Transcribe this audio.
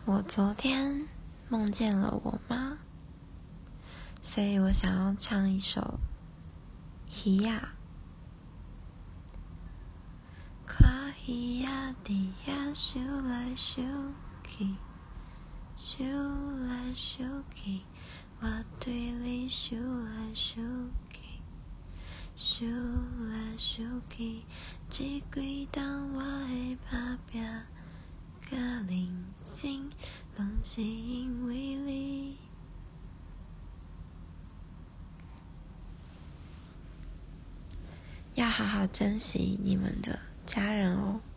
我昨天梦见了我妈，所以我想要唱一首《鱼仔》。看鱼仔伫遐游来游去，游来游去，我对你游来游去，游来游去，这几冬我的打拼甲人生，拢是因为你。要好好珍惜你们的家人哦。